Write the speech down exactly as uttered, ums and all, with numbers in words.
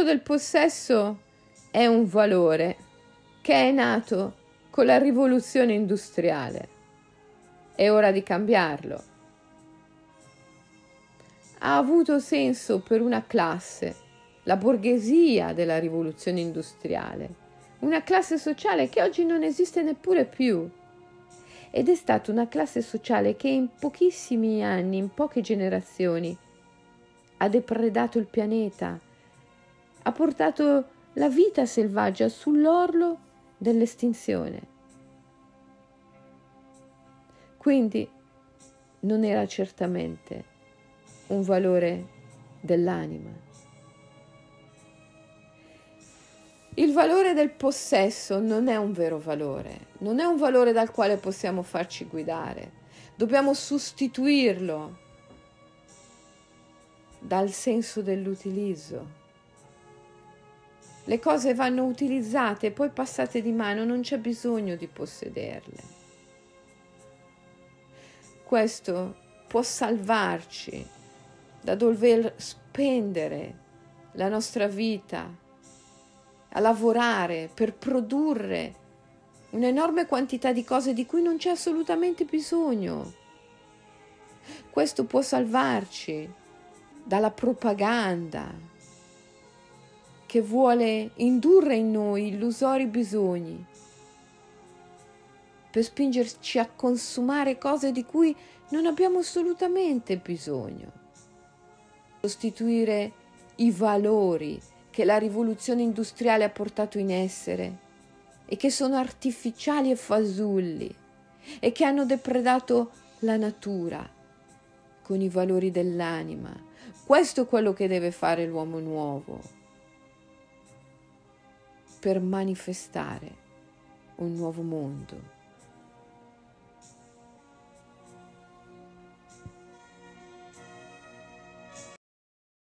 quello del possesso è un valore che è nato con la rivoluzione industriale. È ora di cambiarlo. Ha avuto senso per una classe, la borghesia della rivoluzione industriale, una classe sociale che oggi non esiste neppure più. Ed è stata una classe sociale che in pochissimi anni, in poche generazioni, ha depredato il pianeta, ha portato la vita selvaggia sull'orlo dell'estinzione. Quindi non era certamente un valore dell'anima. Il valore del possesso non è un vero valore, non è un valore dal quale possiamo farci guidare. Dobbiamo sostituirlo dal senso dell'utilizzo. Le cose vanno utilizzate e poi passate di mano, non c'è bisogno di possederle. Questo può salvarci da dover spendere la nostra vita a lavorare per produrre un'enorme quantità di cose di cui non c'è assolutamente bisogno. Questo può salvarci dalla propaganda che vuole indurre in noi illusori bisogni per spingerci a consumare cose di cui non abbiamo assolutamente bisogno. Sostituire i valori che la rivoluzione industriale ha portato in essere e che sono artificiali e fasulli e che hanno depredato la natura con i valori dell'anima. Questo è quello che deve fare l'uomo nuovo per manifestare un nuovo mondo.